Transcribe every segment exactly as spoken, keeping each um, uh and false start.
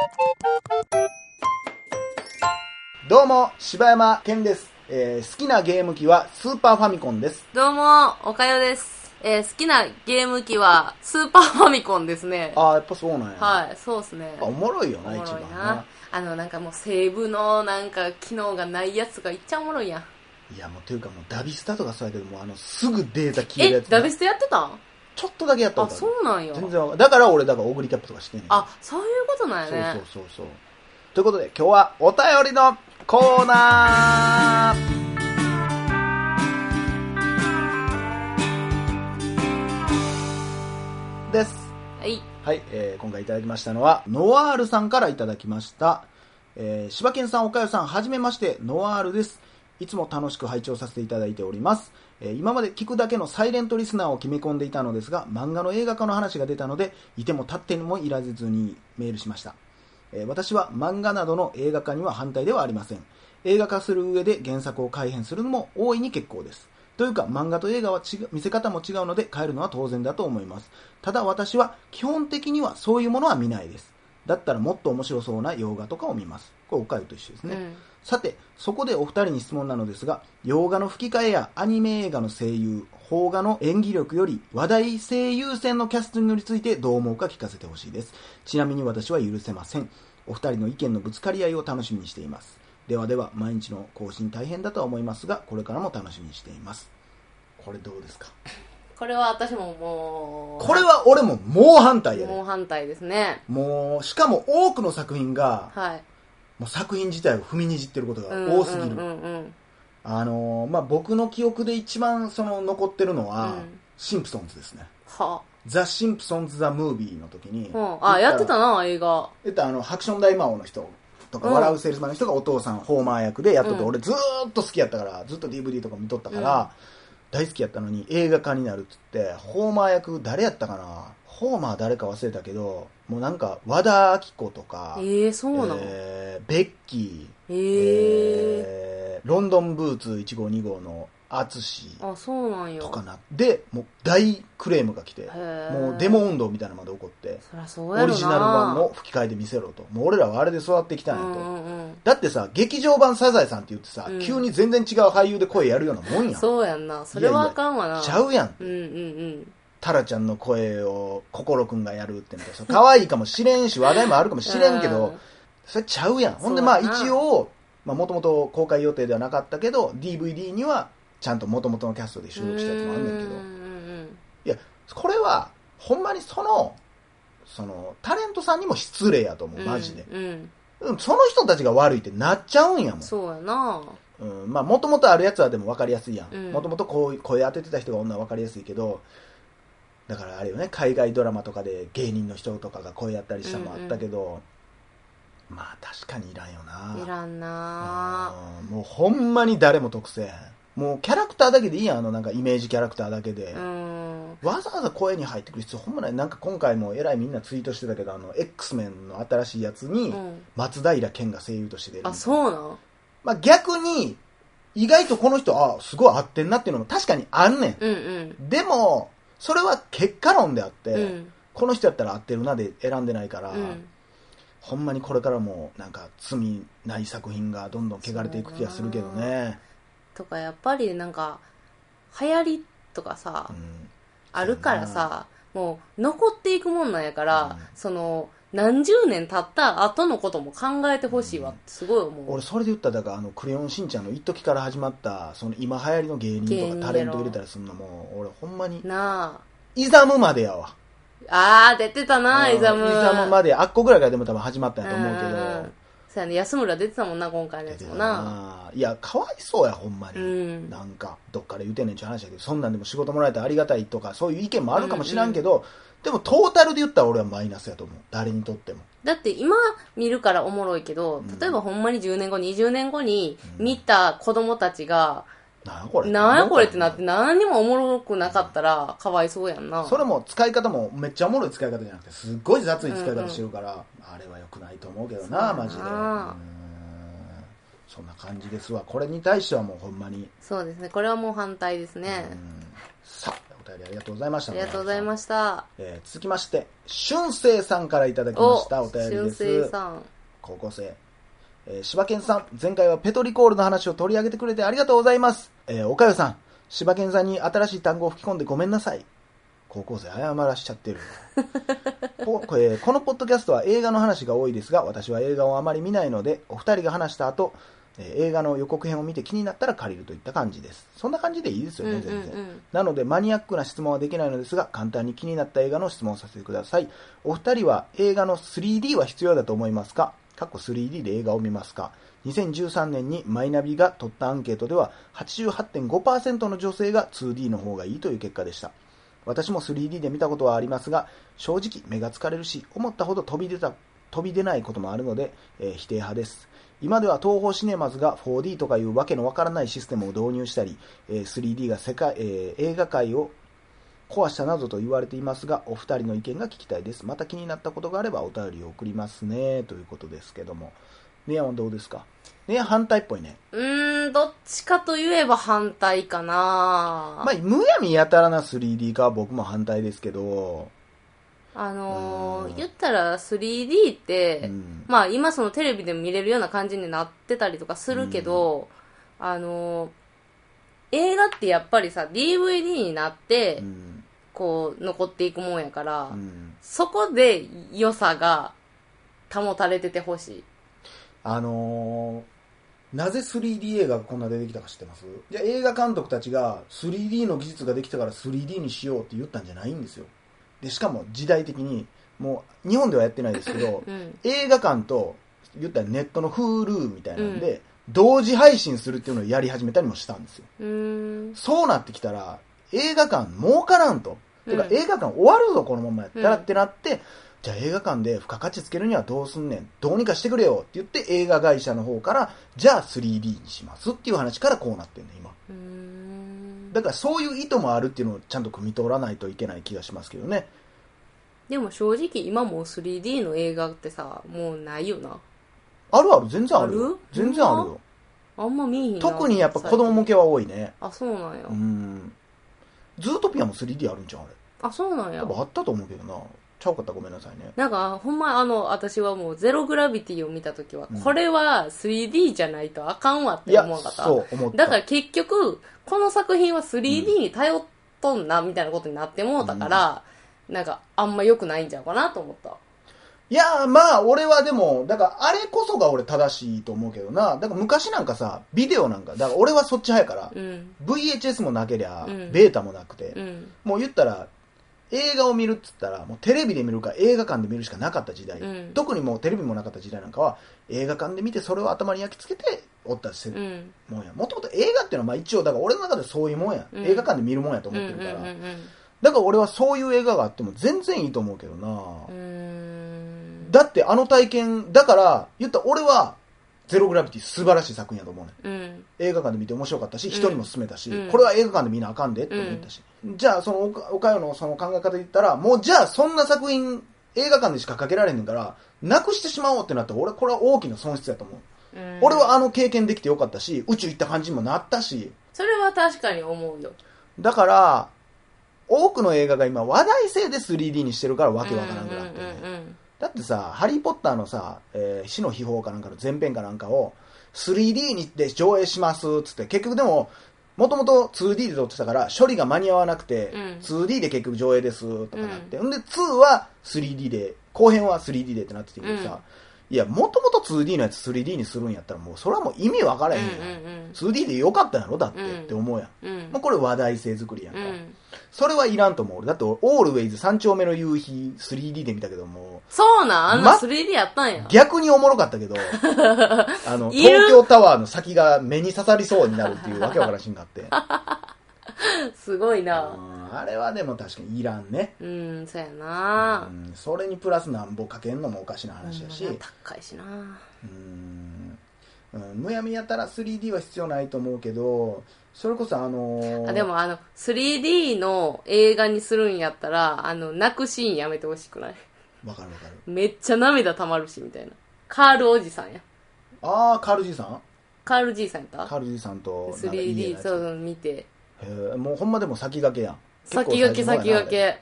どうも柴山健です、えー、好きなゲーム機はスーパーファミコンです。 どうもおかよです、えー、好きなゲーム機はスーパーファミコンですね。 ああやっぱそうなんや。 はいそうですね。 おもろいよな。 おもろいな一番な。 あのなんかもうセーブのなんか機能がないやつがいっちゃおもろいやん。 いやもうというかもうダビスタとかそうやけどもうあのすぐデータ消えるやつ。 えダビスタやってたん？ ちょっとだけやったことある。 あそうなんや。 全然だから俺だからオグリキャップとかしてんねん。 あそういうことなんやね。 そうそうそうそう。ということで今日はお便りのコーナーです。 はいはい、えー、今回いただきましたのはノワールさんからいただきました。えー、柴犬さん、岡代さん、はじめまして、ノワールです。いつも楽しく拝聴させていただいております。えー、今まで聞くだけのサイレントリスナーを決め込んでいたのですが、漫画の映画化の話が出たので、いても立ってもいられずにメールしました。えー、私は漫画などの映画化には反対ではありません。映画化する上で原作を改変するのも大いに結構です。というか漫画と映画は違う見せ方も違うので変えるのは当然だと思います。ただ私は基本的にはそういうものは見ないです。だったらもっと面白そうな洋画とかを見ます。これおかゆと一緒ですね、うん、さてそこでお二人に質問なのですが、洋画の吹き替えやアニメ映画の声優、邦画の演技力より話題性優先のキャスティングについてどう思うか聞かせてほしいです。ちなみに私は許せません。お二人の意見のぶつかり合いを楽しみにしています。ではでは、毎日の更新大変だとは思いますが、これからも楽しみにしています。これどうですか？ これは私ももうこれは俺も猛反対やで。 猛反対ですね。 もうしかも多くの作品が、 はい、 もう作品自体を踏みにじってることが多すぎる。あのー、まあ僕の記憶で一番その残ってるのは、うん、シンプソンズですね。 はザ・シンプソンズ・ザ・ムービーの時に、 うん、あやってたな映画。 言ったあのハクション大魔王の人とか、うん、笑うセールスマンの人がお父さんホーマー役でやっとって、うん、俺ずーっと好きやったからずっと ディーブイディー とか見とったから、うん、大好きやったのに映画化になるっつってホーマー役誰やったかな、ホーマー誰か忘れたけど、もうなんか和田アキ子とか、 えー、そうなの、 えー、ベッキー、 えーえー、ロンドンブーツいち号に号のアツシとかなで、もう大クレームが来て、もうデモ運動みたいなのまで起こって、 そりゃそうやろな、 オリジナル版の吹き替えで見せろと、もう俺らはあれで育ってきたんやと、 うんうんうん、 だってさ劇場版サザエさんって言ってさ、うん、急に全然違う俳優で声やるようなもんやん。 そうやんな、それはあかんわな。 いやいやちゃうやんって、 うんうんうん、 タラちゃんの声を心くんがやるってのと可愛いかもしれんし話題もあるかもしれんけど、うん、それちゃうやん。ほんでまあ一応もともと公開予定ではなかったけど ディーブイディー にはちゃんと元々のキャストで収録したやつもあんねんけど、いやこれはほんまにそのそのタレントさんにも失礼やと思うマジで、うんうん、その人たちが悪いってなっちゃうんやもん。 そうやな、 うん、まあもともとあるやつはでも分かりやすいやん。もともと声当ててた人が女は分かりやすいけど、だからあれよね、海外ドラマとかで芸人の人とかが声やったりしたのもあったけど、うんうん、まあ確かにいらんよな。 いらんな、 うん、もうほんまに誰も得せん。もうキャラクターだけでいいやん、あのなんかイメージキャラクターだけで、うん、わざわざ声に入ってくる必要ほんまない。なんか今回もえらいみんなツイートしてたけど、あの X メンの新しいやつに松平健が声優として出る、うん、 あそうなん、 まあ、逆に意外とこの人あすごい合ってんなっていうのも確かにあんねん、 うんうん、 でもそれは結果論であって、うん、この人やったら合ってるなで選んでないから、うん、ほんまにこれからもなんか罪ない作品がどんどん汚れていく気がするけどね。 とかやっぱりなんか流行りとかさ、うん、あるからさ、もう残っていくもんなんやから、うん、その何十年経った後のことも考えてほしいわってすごい思う、うん、 俺それで言ったらだからあのクレヨンしんちゃんの一時から始まったその今流行りの芸人とかタレント入れたりするのも俺ほんまになあイザムまでやわ。 あー出てたな、イザムイザムまであっこぐらいからでも多分始まったんやと思うけど、 そうやね、安村出てたもんな今回のやつもな。 いやかわいそうやほんまに、うん、なんかどっから言うてんねんちゅう話だけど、そんなんでも仕事もらえたらありがたいとかそういう意見もあるかもしらんけど、うんうん、でもトータルで言ったら俺はマイナスやと思う、誰にとっても。 だって今見るからおもろいけど、例えばほんまにじゅうねんごにじゅうねんごに見た子供たちが、うん、なんやこれなんやこれってなって何にもおもろくなかったらかわいそうやんな。 それも使い方もめっちゃおもろい使い方じゃなくてすっごい雑い使い方してるから、うんうん、あれは良くないと思うけどなマジで。うん、そんな感じですわ。これに対してはもうほんまにそうですね、これはもう反対ですね。 うん、さあ便りありがとうございました。 ありがとうございました。 えー、続きまして、俊生さんからいただきましたお便りです。 俊生さん。 高校生。えー、柴犬さん、前回はペトリコールの話を取り上げてくれてありがとうございます。えー、おかよさん、柴犬さんに新しい単語を吹き込んでごめんなさい。高校生謝らしちゃってるこ, こ, れこのポッドキャストは映画の話が多いですが、私は映画をあまり見ないので、お二人が話した後、えー、映画の予告編を見て気になったら借りるといった感じです。そんな感じでいいですよね、全然、うんうんうん、なのでマニアックな質問はできないのですが、簡単に気になった映画の質問をさせてください。お二人は映画の スリーディー は必要だと思いますか？過去 スリーディー で映画を見ますか？にせんじゅうさんねんにマイナビが取ったアンケートでは はちじゅうはちてんごパーセント の女性が ツーディー の方がいいという結果でした。私も スリーディー で見たことはありますが、正直目が疲れるし、思ったほど飛び出た、飛び出ないこともあるので、えー、否定派です。今では東宝シネマズが フォーディー とかいうわけのわからないシステムを導入したり、えー、スリーディー が世界、えー、映画界を壊したなどと言われていますが、お二人の意見が聞きたいです。また気になったことがあればお便りを送りますね、ということですけども。ねやはどうですか？ねや反対っぽいね。 うーん、どっちかと言えば反対かな。 まあ、むやみやたらな スリーディー 化は僕も反対ですけど、 あのー、言ったら スリーディー って、うん、まあ今そのテレビでも見れるような感じになってたりとかするけど、うん、あのー、映画ってやっぱりさ ディーブイディー になって、うん、こう残っていくもんやから、うん、そこで良さが保たれててほしい。 あのー、なぜ スリーディー 映画がこんな出てきたか知ってます？じゃあ映画監督たちが スリーディー の技術ができたから スリーディー にしようって言ったんじゃないんですよ。でしかも時代的にもう日本ではやってないですけど、うん、映画館と言ったらネットの Hulu みたいなんで、うん、同時配信するっていうのをやり始めたりもしたんですよ。うーん、そうなってきたら映画館儲からんと、うん、てか映画館終わるぞこのままやったらってなって、うん、じゃあ映画館で付加価値つけるにはどうすんねん、どうにかしてくれよって言って映画会社の方からじゃあ スリーディー にしますっていう話からこうなってんね今。うーん、だからそういう意図もあるっていうのをちゃんと汲み取らないといけない気がしますけどね。 でも正直今もう スリーディー の映画ってさもうないよな。 あるある、全然あるよ。ある？全然あるよ。 あんま見えへんな。 特にやっぱ子供向けは多いね。 あ、そうなんや。 うん。ズートピアも スリーディー あるんちゃうあれ。 あ、そうなんや。 多分あったと思うけどな。ちゃうかったらごめんなさいね。 なんかほんまあの私はもうゼログラビティを見たときは、うん、これは スリーディー じゃないとあかんわって思わなかった。 そう思った。 だから結局この作品は スリーディー に頼っとんなみたいなことになってもうたから、うん、なんかあんま良くないんちゃうかなと思った。 いやまあ俺はでもだからあれこそが俺正しいと思うけどな。だから昔なんかさビデオなんかだから俺はそっち派やから、うん、ブイエイチエス もなけりゃ、うん、ベータもなくて、うん、もう言ったら映画を見るっつったらもうテレビで見るか映画館で見るしかなかった時代、うん、特にもうテレビもなかった時代なんかは映画館で見てそれを頭に焼き付けておったりするもんや。もともと映画っていうのはまあ一応だから俺の中でそういうもんや、うん、映画館で見るもんやと思ってるから、うんうんうんうん、だから俺はそういう映画があっても全然いいと思うけどな。うーん、だってあの体験だから言ったら俺はゼログラビティ素晴らしい作品やと思うね、うん、映画館で見て面白かったし人にも勧めたし、うん、これは映画館で見なあかんでって思ったし、うん、じゃあそのおかよのその考え方で言ったらもうじゃあそんな作品映画館でしかかけられへんからなくしてしまおうってなったら俺これは大きな損失やと思う、うん、俺はあの経験できてよかったし宇宙行った感じにもなったし、 それは確かに思うよ。 だから多くの映画が今話題性で スリーディー にしてるからわけわからんくなってね、うんうんうんうん、だってさハリーポッターのさ、えー、死の秘宝かなんかの前編かなんかを スリーディー にで上映しますっつって結局でももともと ツーディー で撮ってたから処理が間に合わなくて、うん、ツーディー で結局上映ですとかなって、うん、んでには スリーディー で後編は スリーディー でってなっててけどさ、うんいや、もともと ツーディー のやつ スリーディー にするんやったらもう、それはもう意味分からへんやん。うんうんうん、ツーディー でよかったんやろだって、うん、って思うやん。うん、まあ、これ話題性作りやんか、うん。それはいらんと思う。だって、オールウェイズ三丁目の夕日 スリーディー で見たけども。 そうなんあんな スリーディー やったんや。 逆におもろかったけど、あの、東京タワーの先が目に刺さりそうになるっていうわけわからんシーンがあって。 すごいな。 あれはでも確かにいらんね。 うん、そうやな。 うん、それにプラスなんぼかけんのもおかしな話やし。 うん、高いしな。 うん、うん、むやみやったら スリーディー は必要ないと思うけど、それこそあのー、 あでもあの スリーディー の映画にするんやったらあの泣くシーンやめてほしくない？ わかるわかる。 めっちゃ涙たまるしみたいな。カールおじさんや。 ああ、カールじいさん？ カールじいさんやった？ カールじいさんとスリーディー そう見て。 へえ、もうほんまでも先駆けやん。 先駆け先駆け。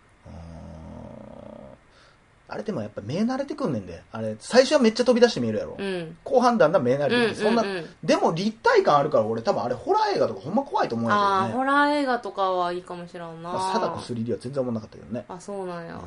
あれでもやっぱ目慣れてくんねんで。あれ、最初はめっちゃ飛び出して見えるやろ。 うん、 後半だんだん目慣れてきて、 うんうんうん、 そんな、でも立体感あるから俺多分あれホラー映画とかほんま怖いと思うんやけどね。 ああ、ホラー映画とかはいいかもしれんな。 まあ、貞子 スリーディー は全然思わなかったけどね。 あ、そうなんや。 うん、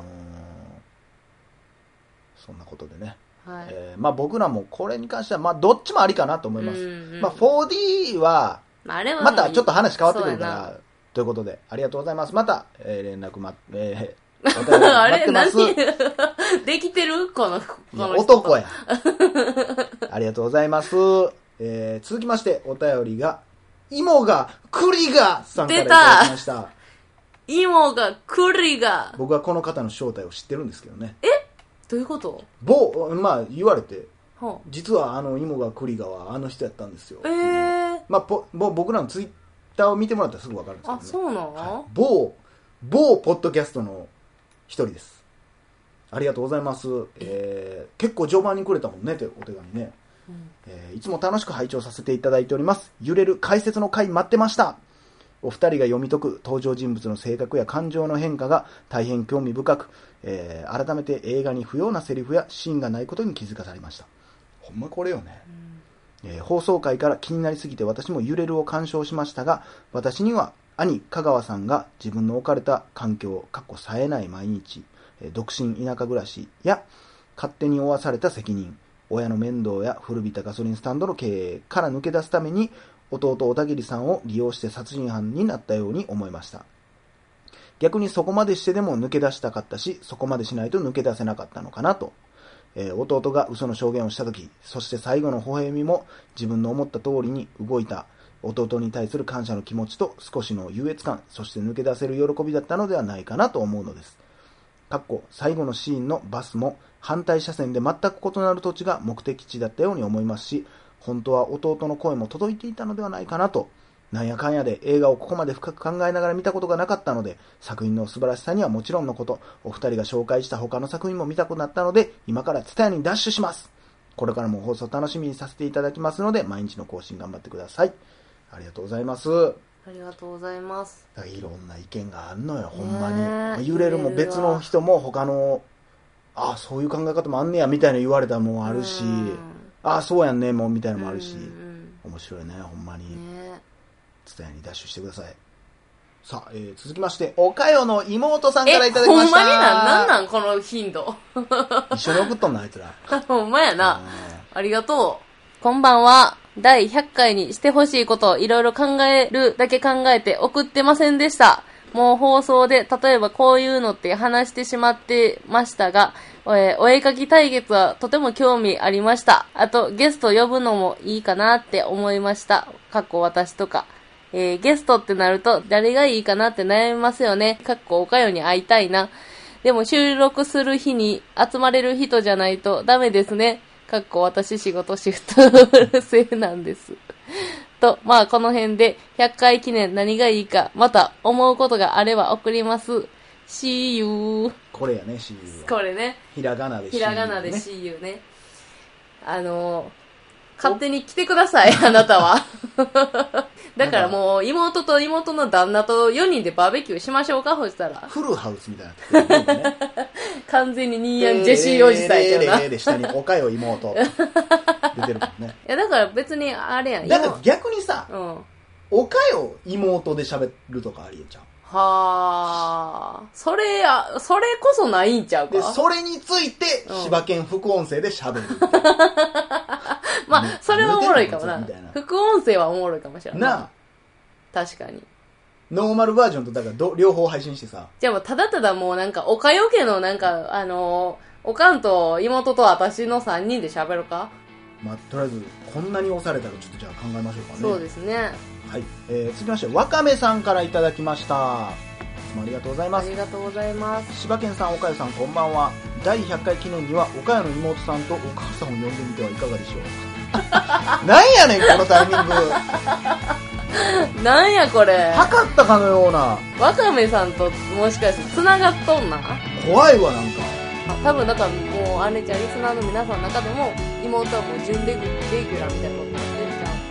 そんなことでね。 はい、 えー、まあ僕らもこれに関しては、まあどっちもありかなと思います。 うんうん、 まあ フォーディー は、またちょっと話変わってくるから、ということで、ありがとうございます。また、えー、連絡ま、えーあれ何できてるこの、この人男や。ありがとうございます。えー、続きまして、お便りが、芋が、栗がさんからいただきました。 芋が、栗が。 僕はこの方の正体を知ってるんですけどね。 えどういうこと？ 某、まあ言われて、 はあ、 実はあの芋が栗がはあの人やったんですよ。 えー、 まあぽ僕らのツイッターを見てもらったらすぐわかるんですけど、ね。 あ、そうなの、 はい、某、某ポッドキャストの一人です。ありがとうございます。えー、結構序盤にくれたもんねってお手紙ね、うん、えー。いつも楽しく拝聴させていただいております。揺れる解説の回待ってました。お二人が読み解く登場人物の性格や感情の変化が大変興味深く、えー、改めて映画に不要なセリフやシーンがないことに気づかされました。ほんまこれよね。うん、えー、放送回から気になりすぎて私も揺れるを鑑賞しましたが、私には兄香川さんが自分の置かれた環境、かっこ冴えない毎日、独身田舎暮らしや勝手に負わされた責任、親の面倒や古びたガソリンスタンドの経営から抜け出すために弟小田切さんを利用して殺人犯になったように思いました。逆にそこまでしてでも抜け出したかったし、そこまでしないと抜け出せなかったのかなと。えー、弟が嘘の証言をしたとき、そして最後の微笑みも自分の思った通りに動いた弟に対する感謝の気持ちと少しの優越感、そして抜け出せる喜びだったのではないかなと思うのです。かっこ最後のシーンのバスも反対車線で全く異なる土地が目的地だったように思いますし、本当は弟の声も届いていたのではないかなと。なんやかんやで映画をここまで深く考えながら見たことがなかったので、作品の素晴らしさにはもちろんのこと、お二人が紹介した他の作品も見たくなったので、今からツタヤにダッシュします。これからも放送楽しみにさせていただきますので、毎日の更新頑張ってください。ありがとうございます。 ありがとうございます。 だからいろんな意見があんのよ、ほんまに。揺れるも別の人も他の、ああ、そういう考え方もあんねや、みたいな言われたのもあるし、ああ、そうやんね、もう、みたいなのもあるし、面白いね、ほんまに。ツタヤにダッシュしてください。さあ、えー、続きまして、おかよの妹さんからいただきました。 ほんまになんなんなんこの頻度。 一緒に送っとんな、あいつら。 ほんまやな。ありがとう。こんばんは。だいひゃっかいにしてほしいことをいろいろ考えるだけ考えて送ってませんでした。もう放送で例えばこういうのって話してしまってましたが、えー、お絵かき対決はとても興味ありました。あとゲスト呼ぶのもいいかなって思いました。かっこ私とか。えー、ゲストってなると誰がいいかなって悩みますよね。かっこおかよに会いたいな。でも収録する日に集まれる人じゃないとダメですね。かっこ私仕事シフト制なんです。と、まあこの辺でひゃっかい記念何がいいか、また思うことがあれば送ります。See you。 これやね、See you。 これね。 ひらがなで See you、ね。 ひらがなで See you ね。あの、勝手に来てください、あなたは。だからもう妹と妹の旦那とよにんでバーベキューしましょうか、そしたら。 フルハウスみたいな、ね。 完全にニーヤンジェシーおじさんやけどな。 で下におかよ妹出てるもんね。 いやだから別にあれやん。 だから逆にさ、 うん、 おかよ妹で喋るとかありえちゃう。 はあ、それや、それこそないんちゃうか。 で、それについて、柴犬副音声で喋る。 まあ、それはおもろいかもな。副音声はおもろいかもしれない。なあ。確かに。 ノーマルバージョンとだからど両方配信してさ。 じゃあもうただただもうなんか、おかよ家のなんか、あのー、おかんと妹と私のさんにんで喋るか。 まあ、とりあえず、こんなに押されたらちょっとじゃあ考えましょうかね。 そうですね。 はい。えー、続きまして、わかめさんからいただきました。いつもありがとうございます。 ありがとうございます。 柴犬さん、おかよさん、こんばんは。だいひゃっかい記念には、おかよの妹さんとお母さんを呼んでみてはいかがでしょう。なんやねん、このタイミング。 なんやこれ。 測ったかのような。 わかめさんともしかして繋がっとんな。 怖いわ、なんか。 あ、多分だからもう、あれちゃん、リスナーの皆さんの中でも、妹はもう準レギュレギュラーみたいなことになってるじゃん。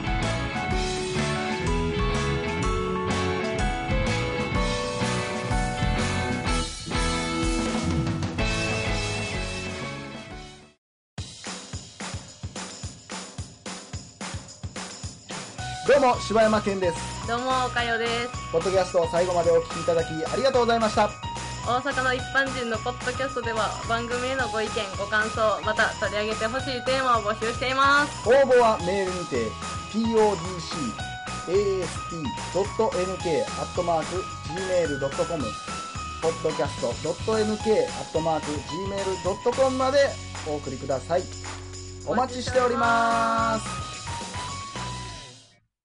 どうも柴山健です。 どうもおかよです。 ポッドキャストを最後までお聞きいただきありがとうございました。 大阪の一般人のポッドキャストでは番組へのご意見ご感想また取り上げてほしいテーマを募集しています。 応募はメールにて ポッドキャスト ドットエヌケー アットマーク ジーメール ドットコム ポッドキャスト ドットエヌケー アットマーク ジーメール ドットコム までお送りください。お待ちしております。